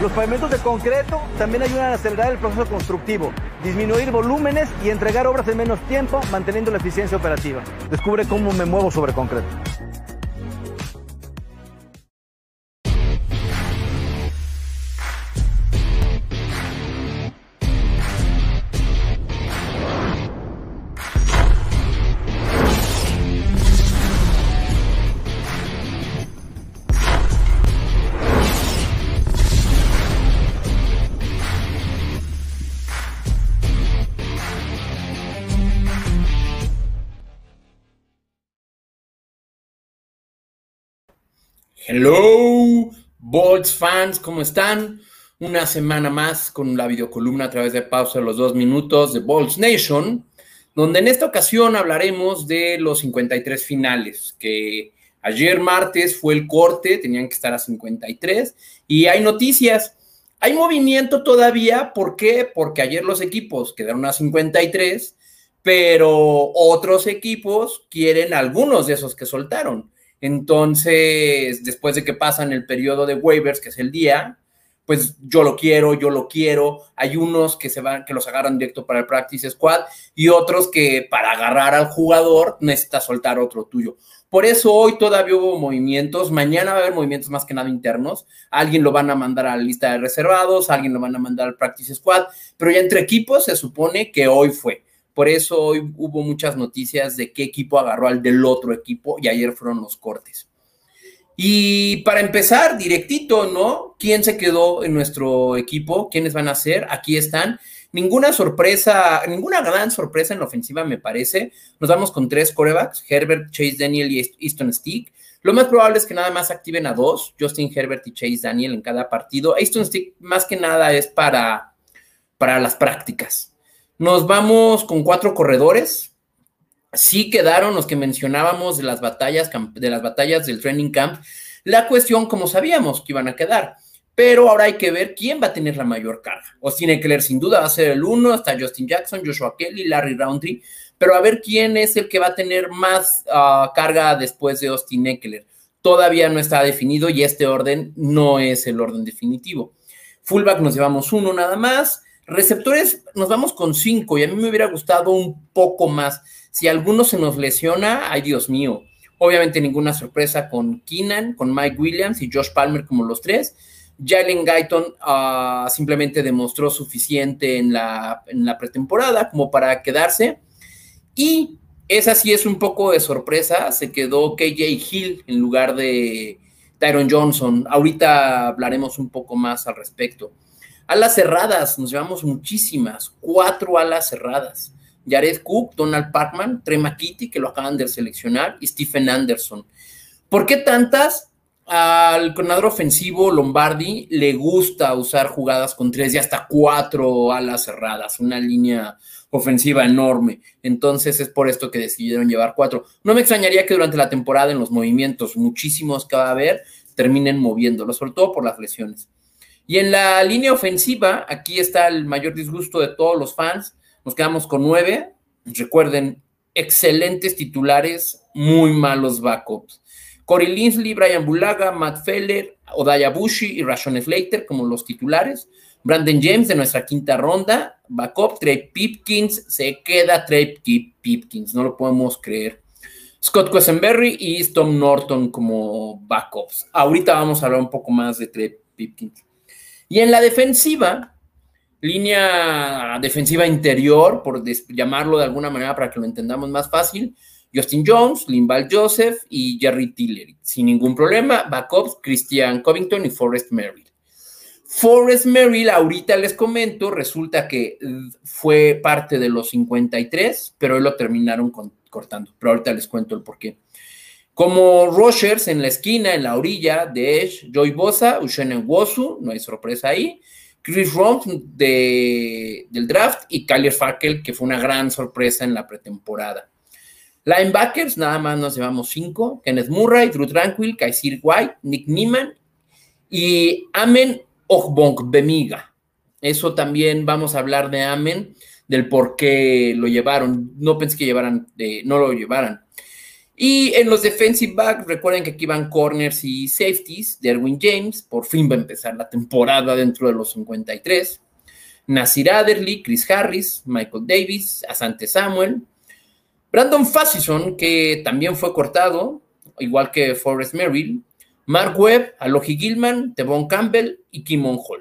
Los pavimentos de concreto también ayudan a acelerar el proceso constructivo, disminuir volúmenes y entregar obras en menos tiempo, manteniendo la eficiencia operativa. Descubre cómo me muevo sobre concreto. Hello, Bolts fans, ¿cómo están? Una semana más con la videocolumna a través de Pausa de los 2 minutos de Bolts Nation, donde en esta ocasión hablaremos de los 53 finales, que ayer martes fue el corte, tenían que estar a 53, y hay noticias. Hay movimiento todavía, ¿por qué? Porque ayer los equipos quedaron a 53, pero otros equipos quieren algunos de esos que soltaron. Entonces, después de que pasan el periodo de waivers, que es el día, pues yo lo quiero. Hay unos que que los agarran directo para el practice squad y otros que para agarrar al jugador necesita soltar otro tuyo. Por eso hoy todavía hubo movimientos, mañana va a haber movimientos más que nada internos, alguien lo van a mandar a la lista de reservados, alguien lo van a mandar al practice squad, pero ya entre equipos se supone que hoy fue. Por eso hoy hubo muchas noticias de qué equipo agarró al del otro equipo y ayer fueron los cortes. Y para empezar, directito, ¿no? ¿Quién se quedó en nuestro equipo? ¿Quiénes van a ser? Aquí están. Ninguna sorpresa, ninguna gran sorpresa en la ofensiva, me parece. Nos vamos con 3 quarterbacks, Herbert, Chase Daniel y Easton Stick. Lo más probable es que nada más activen a 2, Justin Herbert y Chase Daniel en cada partido. Easton Stick más que nada es para las prácticas. Nos vamos con 4 corredores. Sí quedaron los que mencionábamos de las batallas del training camp. La cuestión, como sabíamos que iban a quedar, pero ahora hay que ver quién va a tener la mayor carga. Austin Ekeler sin duda va a ser el 1, hasta Justin Jackson, Joshua Kelly, Larry Rountree, pero a ver quién es el que va a tener más carga después de Austin Ekeler. Todavía no está definido y este orden no es el orden definitivo. Fullback nos llevamos 1 nada más. Receptores nos vamos con 5 y a mí me hubiera gustado un poco más. Si alguno se nos lesiona, ay Dios mío. Obviamente ninguna sorpresa con Keenan, con Mike Williams y Josh Palmer como los 3. Jalen Guyton simplemente demostró suficiente en la pretemporada como para quedarse. Y esa sí es un poco de sorpresa. Se quedó KJ Hill en lugar de Tyron Johnson. Ahorita hablaremos un poco más al respecto. Alas cerradas, nos llevamos muchísimas, 4 alas cerradas. Jared Cook, Donald Parkman, Trey McKitty, que lo acaban de seleccionar, y Stephen Anderson. ¿Por qué tantas? Al coordinador ofensivo Lombardi le gusta usar jugadas con 3 y hasta 4 alas cerradas, una línea ofensiva enorme. Entonces es por esto que decidieron llevar 4. No me extrañaría que durante la temporada en los movimientos, muchísimos que va a haber, terminen moviéndolo, sobre todo por las lesiones. Y en la línea ofensiva, aquí está el mayor disgusto de todos los fans. Nos quedamos con 9. Recuerden, excelentes titulares, muy malos backups. Corey Linsley, Brian Bulaga, Matt Feller, Odaya Bushi y Rashawn Slater como los titulares. Brandon James de nuestra 5ª ronda. Backup, Trey Pipkins. Se queda Trey Pipkins, no lo podemos creer. Scott Quesenberry y Tom Norton como backups. Ahorita vamos a hablar un poco más de Trey Pipkins. Y en la defensiva, línea defensiva interior, por llamarlo de alguna manera para que lo entendamos más fácil, Justin Jones, Linval Joseph y Jerry Tillery. Sin ningún problema, backups, Christian Covington y Forrest Merrill. Forrest Merrill, ahorita les comento, resulta que fue parte de los 53, pero hoy lo terminaron cortando. Pero ahorita les cuento el porqué. Como rushers en la esquina, en la orilla de Edge, Joey Bosa, Uchenna Nwosu, no hay sorpresa ahí, Chris Round del draft y Kyler Fackrell, que fue una gran sorpresa en la pretemporada. Linebackers, nada más nos llevamos 5, Kenneth Murray, Drew Tranquill, Kaiser White, Nick Niemann y Amen Ogbongbemiga. Eso también vamos a hablar de Amen, del por qué lo llevaron. No pensé que no lo llevaran. Y en los defensive backs, recuerden que aquí van corners y safeties. Derwin James, por fin va a empezar la temporada dentro de los 53. Nasir Adderley, Chris Harris, Michael Davis, Asante Samuel. Brandon Facyson, que también fue cortado, igual que Forrest Merrill. Mark Webb, Alohi Gilman, Tevon Campbell y Kimon Hall.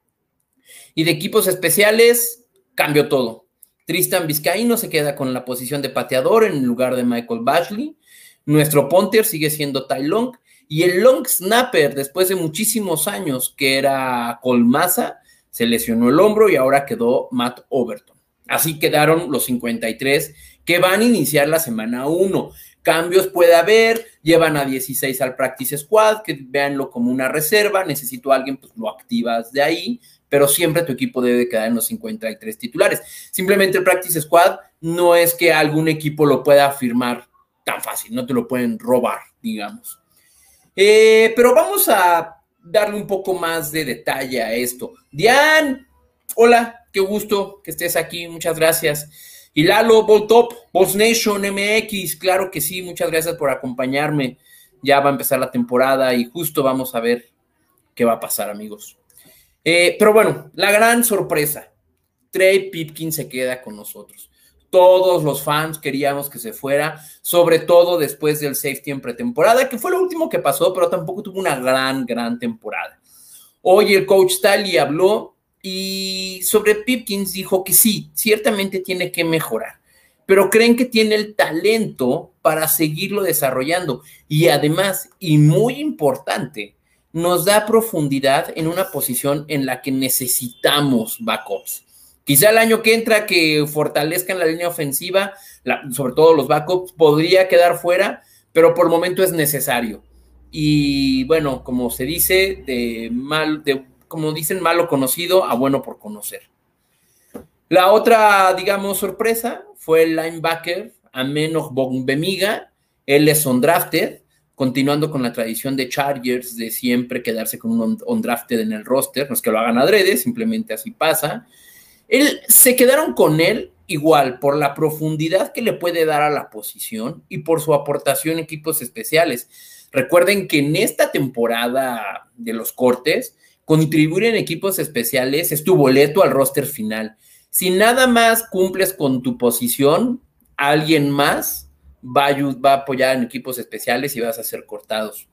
Y de equipos especiales, cambió todo. Tristan Vizcaíno se queda con la posición de pateador en lugar de Michael Bashley. Nuestro punter sigue siendo Ty Long. Y el long snapper, después de muchísimos años, que era Colmasa, se lesionó el hombro y ahora quedó Matt Overton. Así quedaron los 53 que van a iniciar la semana 1. Cambios puede haber, llevan a 16 al practice squad, que véanlo como una reserva, necesito a alguien, pues lo activas de ahí, pero siempre tu equipo debe quedar en los 53 titulares. Simplemente el practice squad no es que algún equipo lo pueda firmar tan fácil, no te lo pueden robar, digamos. Pero vamos a darle un poco más de detalle a esto. Diane, hola, qué gusto que estés aquí, muchas gracias. Y Lalo, Voltop, Boss Nation MX, claro que sí, muchas gracias por acompañarme. Ya va a empezar la temporada y justo vamos a ver qué va a pasar, amigos. Pero bueno, la gran sorpresa, Trey Pipkin se queda con nosotros. Todos los fans queríamos que se fuera, sobre todo después del safety en pretemporada, que fue lo último que pasó, pero tampoco tuvo una gran temporada. Hoy el coach Staley habló y sobre Pipkins dijo que sí, ciertamente tiene que mejorar, pero creen que tiene el talento para seguirlo desarrollando. Y además, y muy importante, nos da profundidad en una posición en la que necesitamos backups. Quizá el año que entra que fortalezcan la línea ofensiva, sobre todo los backups, podría quedar fuera, pero por el momento es necesario. Y bueno, como se dice, como dicen, malo conocido a bueno por conocer. La otra, digamos, sorpresa fue el linebacker Amenoch Bongbemiga. Él es undrafted, continuando con la tradición de Chargers de siempre quedarse con un undrafted en el roster. No es que lo hagan adrede, simplemente así pasa. Se quedaron con él igual por la profundidad que le puede dar a la posición y por su aportación en equipos especiales. Recuerden que en esta temporada de los cortes, contribuir en equipos especiales es tu boleto al roster final. Si nada más cumples con tu posición, alguien más va a apoyar en equipos especiales y vas a ser cortados.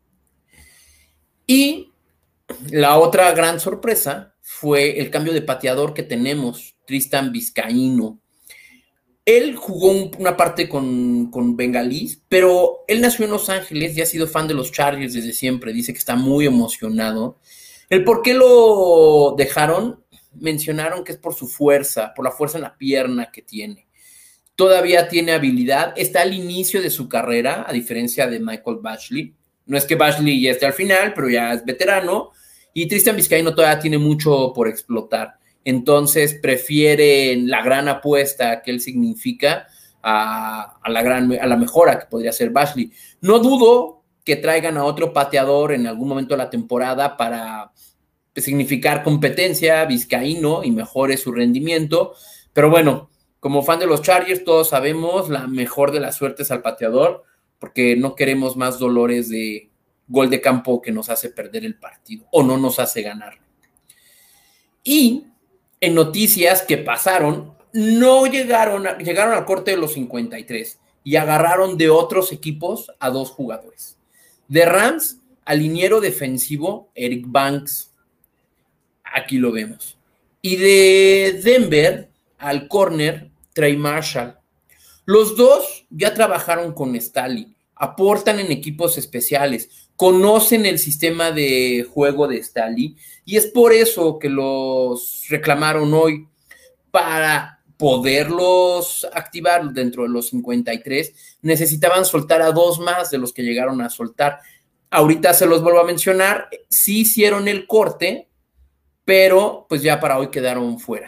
Y la otra gran sorpresa fue el cambio de pateador que tenemos, Tristan Vizcaíno. Él jugó una parte con Bengalís, pero él nació en Los Ángeles y ha sido fan de los Chargers desde siempre. Dice que está muy emocionado. El por qué lo dejaron, mencionaron que es por su fuerza, por la fuerza en la pierna que tiene. Todavía tiene habilidad, está al inicio de su carrera, a diferencia de Michael Bashley. No es que Bashley ya esté al final, pero ya es veterano. Y Tristan Vizcaíno todavía tiene mucho por explotar. Entonces prefieren la gran apuesta que él significa a la mejora que podría ser Bashley. No dudo que traigan a otro pateador en algún momento de la temporada para significar competencia, Vizcaíno, y mejore su rendimiento. Pero bueno, como fan de los Chargers, todos sabemos la mejor de las suertes al pateador, porque no queremos más dolores de gol de campo que nos hace perder el partido o no nos hace ganar. Y en noticias que pasaron, llegaron al corte de los 53 y agarraron de otros equipos a 2 jugadores. De Rams, al liniero defensivo Eric Banks, aquí lo vemos. Y de Denver, al corner Trey Marshall. Los dos ya trabajaron con Staley, aportan en equipos especiales, conocen el sistema de juego de Staley y es por eso que los reclamaron hoy. Para poderlos activar dentro de los 53, necesitaban soltar a 2 más de los que llegaron a soltar. Ahorita se los vuelvo a mencionar, sí hicieron el corte, pero pues ya para hoy quedaron fuera.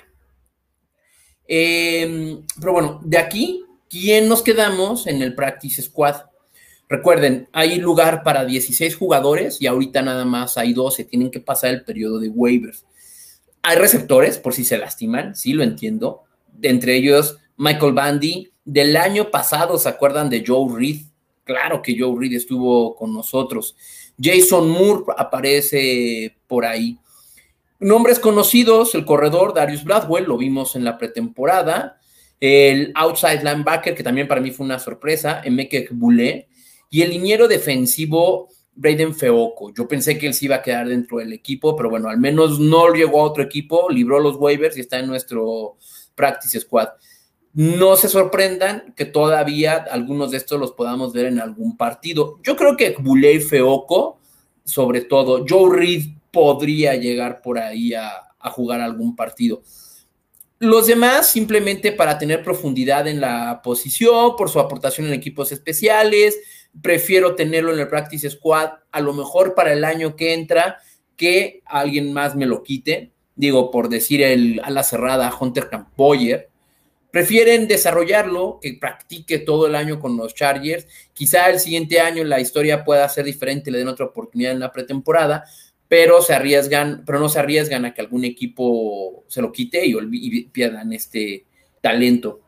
Pero bueno, de aquí, ¿quién nos quedamos en el Practice Squad? Recuerden, hay lugar para 16 jugadores y ahorita nada más hay 12, tienen que pasar el periodo de waivers. Hay receptores, por si se lastiman, sí, lo entiendo. Entre ellos, Michael Bandy. Del año pasado, ¿se acuerdan de Joe Reed? Claro que Joe Reed estuvo con nosotros. Jason Moore aparece por ahí. Nombres conocidos, el corredor Darius Bradwell, lo vimos en la pretemporada. El outside linebacker, que también para mí fue una sorpresa, Emeka Egbule. Y el liniero defensivo, Breiden Fehoko. Yo pensé que él se iba a quedar dentro del equipo, pero bueno, al menos no llegó a otro equipo, libró los waivers y está en nuestro practice squad. No se sorprendan que todavía algunos de estos los podamos ver en algún partido. Yo creo que Egbule y Fehoko, sobre todo, Joe Reed podría llegar por ahí a jugar algún partido. Los demás simplemente para tener profundidad en la posición, por su aportación en equipos especiales, prefiero tenerlo en el practice squad, a lo mejor para el año que entra, que alguien más me lo quite. Digo, por decir el ala cerrada Hunter Campoyer, prefieren desarrollarlo, que practique todo el año con los Chargers. Quizá el siguiente año la historia pueda ser diferente, le den otra oportunidad en la pretemporada, pero no se arriesgan a que algún equipo se lo quite y pierdan este talento.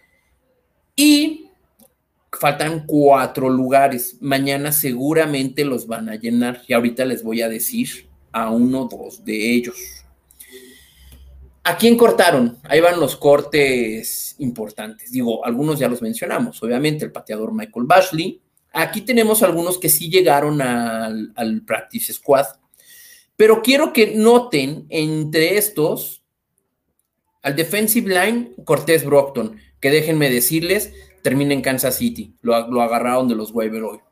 Y faltan 4 lugares. Mañana seguramente los van a llenar y ahorita les voy a decir a 1 o 2 de ellos. ¿A quién cortaron? Ahí van los cortes importantes. Digo, algunos ya los mencionamos. Obviamente, el pateador Michael Bashley. Aquí tenemos algunos que sí llegaron al practice squad. Pero quiero que noten entre estos al defensive line Cortés Brockton, que déjenme decirles, termina en Kansas City. Lo agarraron de los waivers hoy.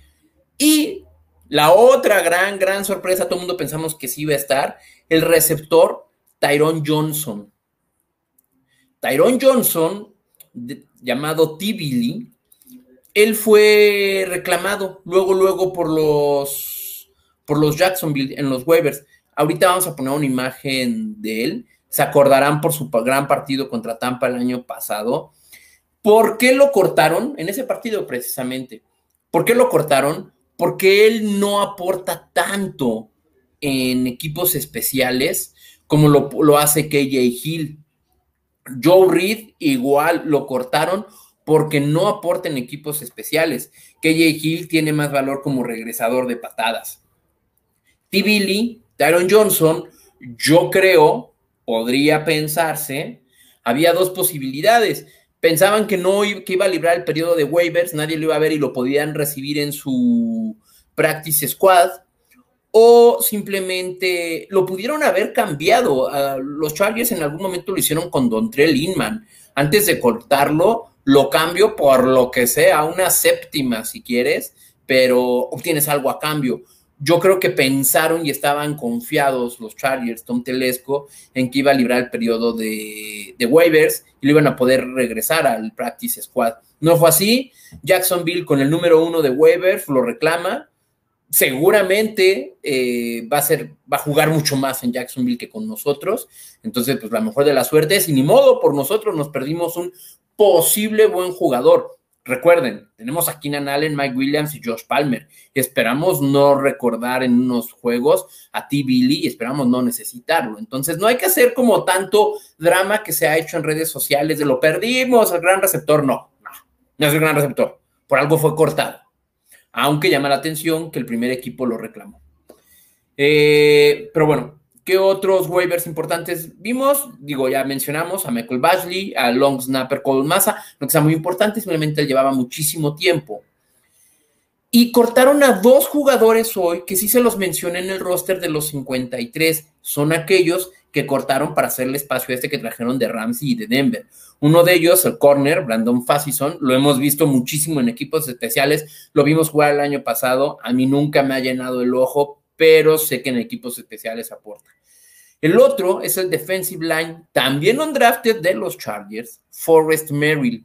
Y la otra gran sorpresa, todo el mundo pensamos que sí iba a estar, el receptor Tyron Johnson. Tyron Johnson, llamado T-Billy, él fue reclamado luego por los Jacksonville en los waivers. Ahorita vamos a poner una imagen de él. Se acordarán por su gran partido contra Tampa el año pasado. ¿Por qué lo cortaron? En ese partido precisamente. ¿Por qué lo cortaron? Porque él no aporta tanto en equipos especiales como lo hace KJ Hill. Joe Reed igual lo cortaron porque no aporta en equipos especiales. KJ Hill tiene más valor como regresador de patadas. T-Billy, Tyron Johnson, yo creo, podría pensarse, había 2 posibilidades. Pensaban que iba a librar el periodo de waivers, nadie lo iba a ver y lo podían recibir en su practice squad, o simplemente lo pudieron haber cambiado. Los Chargers en algún momento lo hicieron con Dontrell Inman. Antes de cortarlo, lo cambio por lo que sea, una séptima si quieres, pero obtienes algo a cambio. Yo creo que pensaron y estaban confiados los Chargers, Tom Telesco, en que iba a librar el periodo de waivers y lo iban a poder regresar al practice squad. No fue así. Jacksonville con el número 1 de waivers lo reclama. Seguramente va a jugar mucho más en Jacksonville que con nosotros. Entonces, pues la mejor de la suerte es, y ni modo, por nosotros nos perdimos un posible buen jugador. Recuerden, tenemos a Keenan Allen, Mike Williams y Josh Palmer. Esperamos no recordar en unos juegos a T-Billy y esperamos no necesitarlo. Entonces, no hay que hacer como tanto drama que se ha hecho en redes sociales de lo perdimos, el gran receptor. No es el gran receptor. Por algo fue cortado. Aunque llama la atención que el primer equipo lo reclamó. Pero bueno, ¿qué otros waivers importantes vimos? Digo, ya mencionamos a Michael Bashley, a long snapper Cole Massa, no que sea muy importante, simplemente él llevaba muchísimo tiempo. Y cortaron a 2 jugadores hoy que sí se los mencioné en el roster de los 53. Son aquellos que cortaron para hacerle espacio a este que trajeron de Ramsey y de Denver. Uno de ellos, el corner, Brandon Facyson, lo hemos visto muchísimo en equipos especiales, lo vimos jugar el año pasado, a mí nunca me ha llenado el ojo, pero sé que en equipos especiales aporta. El otro es el defensive line, también undrafted de los Chargers, Forrest Merrill.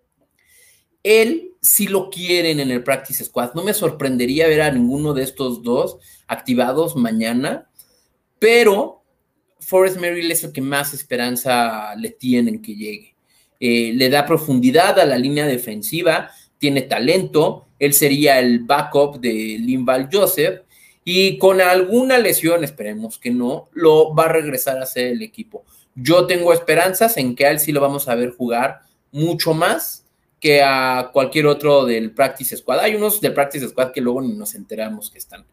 Él sí lo quieren en el practice squad. No me sorprendería ver a ninguno de estos 2 activados mañana, pero Forrest Merrill es el que más esperanza le tienen que llegue. Le da profundidad a la línea defensiva, tiene talento, él sería el backup de Linval Joseph y con alguna lesión, esperemos que no, lo va a regresar a ser el equipo. Yo tengo esperanzas en que a él sí lo vamos a ver jugar mucho más que a cualquier otro del Practice Squad. Hay unos del Practice Squad que luego ni nos enteramos que están.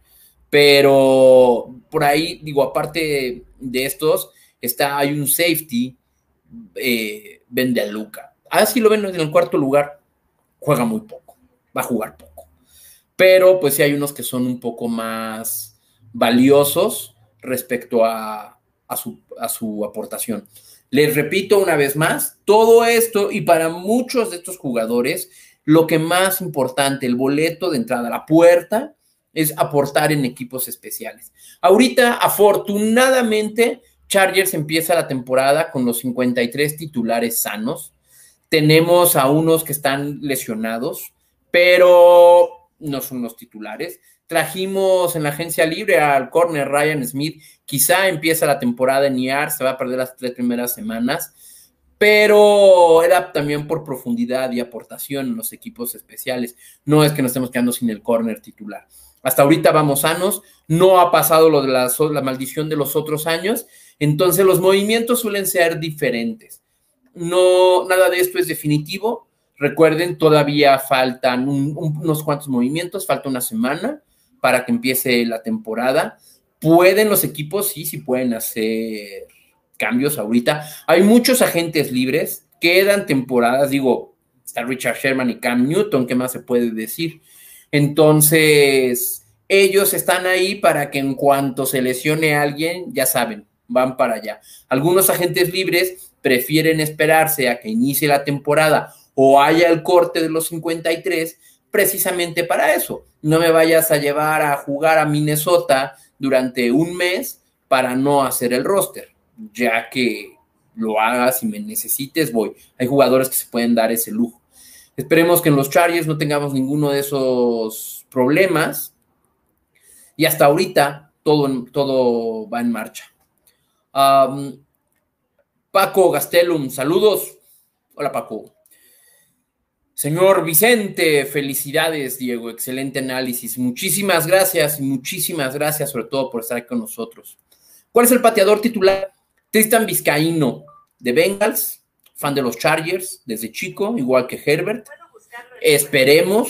Pero por ahí, digo, aparte de estos, hay un safety, Ben DeLuca. Así lo ven en el cuarto lugar. Juega muy poco, va a jugar poco. Pero pues sí hay unos que son un poco más valiosos respecto a su aportación. Les repito una vez más, todo esto, y para muchos de estos jugadores, lo que más importante, el boleto de entrada a la puerta, es aportar en equipos especiales. Ahorita, afortunadamente, Chargers empieza la temporada con los 53 titulares sanos. Tenemos a unos que están lesionados, pero no son los titulares. Trajimos en la agencia libre al corner Ryan Smith. Quizá empieza la temporada en IR, se va a perder las 3 primeras semanas, pero era también por profundidad y aportación en los equipos especiales. No es que nos estemos quedando sin el corner titular. Hasta ahorita vamos sanos, no ha pasado lo de la maldición de los otros años, entonces los movimientos suelen ser diferentes. No, nada de esto es definitivo. Recuerden, todavía faltan unos cuantos movimientos, falta una semana para que empiece la temporada. ¿Pueden los equipos? Sí pueden hacer cambios ahorita. Hay muchos agentes libres, quedan temporadas, digo, está Richard Sherman y Cam Newton, ¿qué más se puede decir? Entonces, ellos están ahí para que en cuanto se lesione a alguien, ya saben, van para allá. Algunos agentes libres prefieren esperarse a que inicie la temporada o haya el corte de los 53 precisamente para eso. No me vayas a llevar a jugar a Minnesota durante un mes para no hacer el roster, ya que lo hagas y me necesites, voy. Hay jugadores que se pueden dar ese lujo. Esperemos que en los Chargers no tengamos ninguno de esos problemas y hasta ahorita todo va en marcha. Paco Gastelum, saludos. Hola, Paco. Señor Vicente, felicidades, Diego, excelente análisis. Muchísimas gracias sobre todo por estar aquí con nosotros. ¿Cuál es el pateador titular? Tristan Vizcaíno, de Bengals, fan de los Chargers desde chico, igual que Herbert. Esperemos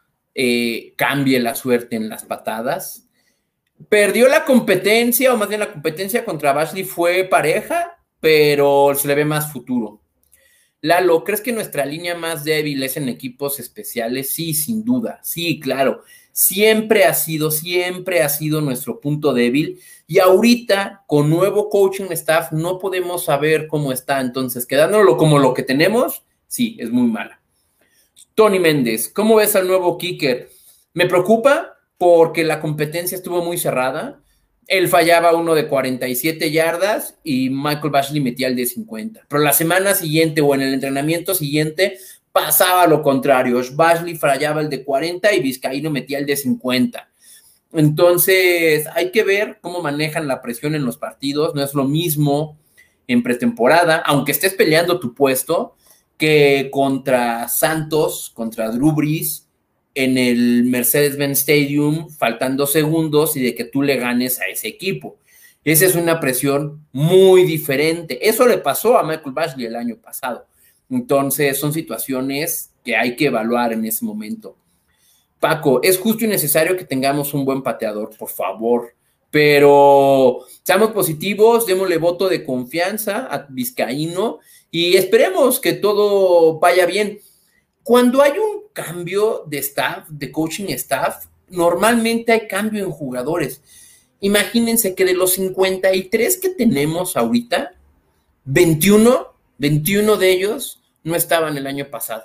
cambie la suerte en las patadas. Perdió la competencia, o más bien la competencia contra Bashley fue pareja, pero se le ve más futuro. Lalo, ¿crees que nuestra línea más débil es en equipos especiales? Sí, sin duda, sí, claro. Siempre ha sido nuestro punto débil y ahorita con nuevo coaching staff no podemos saber cómo está, entonces quedándolo como lo que tenemos, sí, es muy mala. Tony Méndez, ¿cómo ves al nuevo kicker? Me preocupa porque la competencia estuvo muy cerrada. Él fallaba uno de 47 yardas y Michael Bashley metía el de 50. Pero la semana siguiente o en el entrenamiento siguiente pasaba lo contrario. Bashley fallaba el de 40 y Vizcaíno metía el de 50. Entonces hay que ver cómo manejan la presión en los partidos. No es lo mismo en pretemporada, aunque estés peleando tu puesto, que contra Santos, contra Drew Brees, en el Mercedes-Benz Stadium, faltando segundos y de que tú le ganes a ese equipo. Esa es una presión muy diferente. Eso le pasó a Michael Bashley el año pasado. Entonces, son situaciones que hay que evaluar en ese momento. Paco, es justo y necesario que tengamos un buen pateador, por favor. Pero seamos positivos, démosle voto de confianza a Vizcaíno y esperemos que todo vaya bien. Cuando hay un cambio de staff, de coaching staff, normalmente hay cambio en jugadores. Imagínense que de los 53 que tenemos ahorita, 21 de ellos no estaban el año pasado.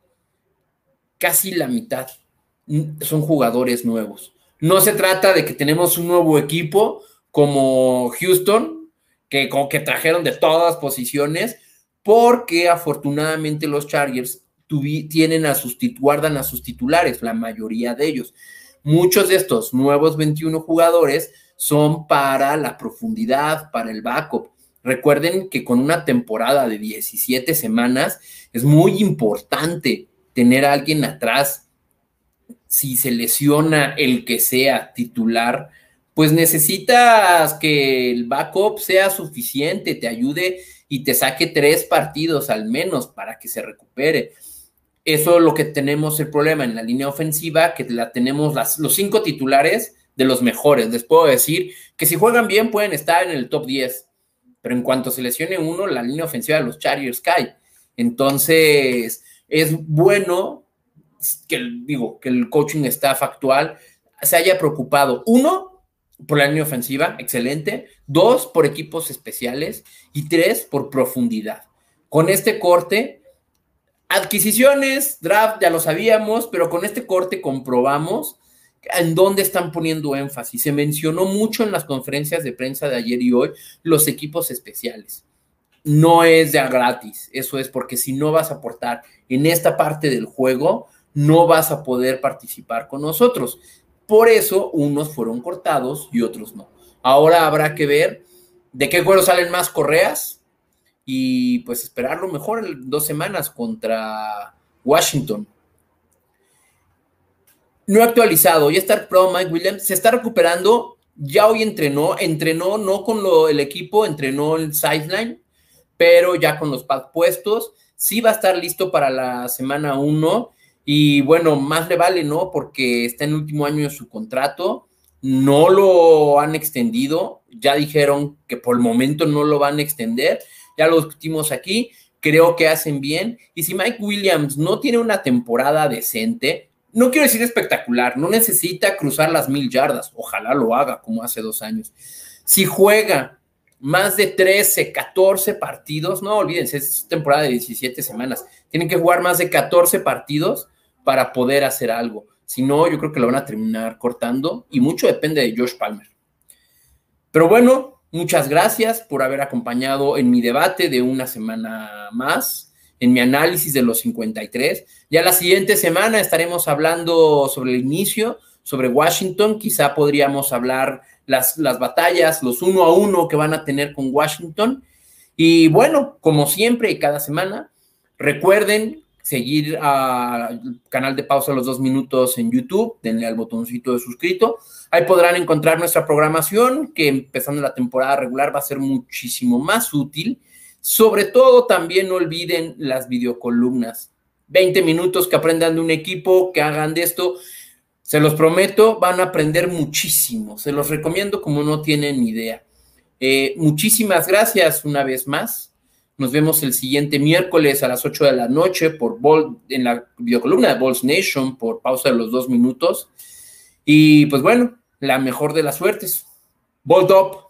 Casi la mitad son jugadores nuevos. No se trata de que tenemos un nuevo equipo como Houston, que como que trajeron de todas posiciones, porque afortunadamente los Chargers guardan a sus titulares, la mayoría de ellos. Muchos de estos nuevos 21 jugadores son para la profundidad, para el backup. Recuerden que con una temporada de 17 semanas es muy importante tener a alguien atrás. Si se lesiona el que sea titular, pues necesitas que el backup sea suficiente, te ayude y te saque 3 partidos al menos para que se recupere. Eso es lo que tenemos el problema en la línea ofensiva, que la tenemos los 5 titulares de los mejores. Les puedo decir que si juegan bien pueden estar en el top 10, pero en cuanto se lesione uno, la línea ofensiva de los Chargers cae. Entonces, es bueno que el coaching staff actual se haya preocupado, 1, por la línea ofensiva, excelente, 2, por equipos especiales y 3, por profundidad. Con este corte, adquisiciones, draft, ya lo sabíamos, pero con este corte comprobamos en dónde están poniendo énfasis. Se mencionó mucho en las conferencias de prensa de ayer y hoy los equipos especiales. No es de a gratis, eso es porque si no vas a aportar en esta parte del juego, no vas a poder participar con nosotros. Por eso, unos fueron cortados y otros no. Ahora habrá que ver de qué juego salen más correas y pues esperar lo mejor en 2 semanas contra Washington. No actualizado, ya está pro Mike Williams, se está recuperando, ya hoy entrenó no con el equipo, entrenó el sideline, pero ya con los pads puestos, sí va a estar listo para la semana 1, y bueno, más le vale, ¿no? Porque está en el último año de su contrato, no lo han extendido, ya dijeron que por el momento no lo van a extender, ya lo discutimos aquí, creo que hacen bien, y si Mike Williams no tiene una temporada decente, no quiero decir espectacular, no necesita cruzar las 1000 yardas, ojalá lo haga como hace 2 años, si juega más de 13, 14 partidos, no olvídense, es temporada de 17 semanas, tienen que jugar más de 14 partidos para poder hacer algo, si no, yo creo que lo van a terminar cortando, y mucho depende de Josh Palmer. Pero bueno, muchas gracias por haber acompañado en mi debate de una semana más, en mi análisis de los 53. Ya la siguiente semana estaremos hablando sobre el inicio, sobre Washington, quizá podríamos hablar las batallas, los 1-1 que van a tener con Washington. Y bueno, como siempre y cada semana, recuerden seguir al canal de Pausa los 2 minutos en YouTube, denle al botoncito de suscrito, ahí podrán encontrar nuestra programación, que empezando la temporada regular va a ser muchísimo más útil. Sobre todo, también no olviden las videocolumnas. 20 minutos que aprendan de un equipo, que hagan de esto. Se los prometo, van a aprender muchísimo. Se los recomiendo como no tienen ni idea. Muchísimas gracias una vez más. Nos vemos el siguiente miércoles a las 8 de la noche en la videocolumna de Balls Nation por Pausa de los 2 minutos. Y pues bueno, la mejor de las suertes. Bold up.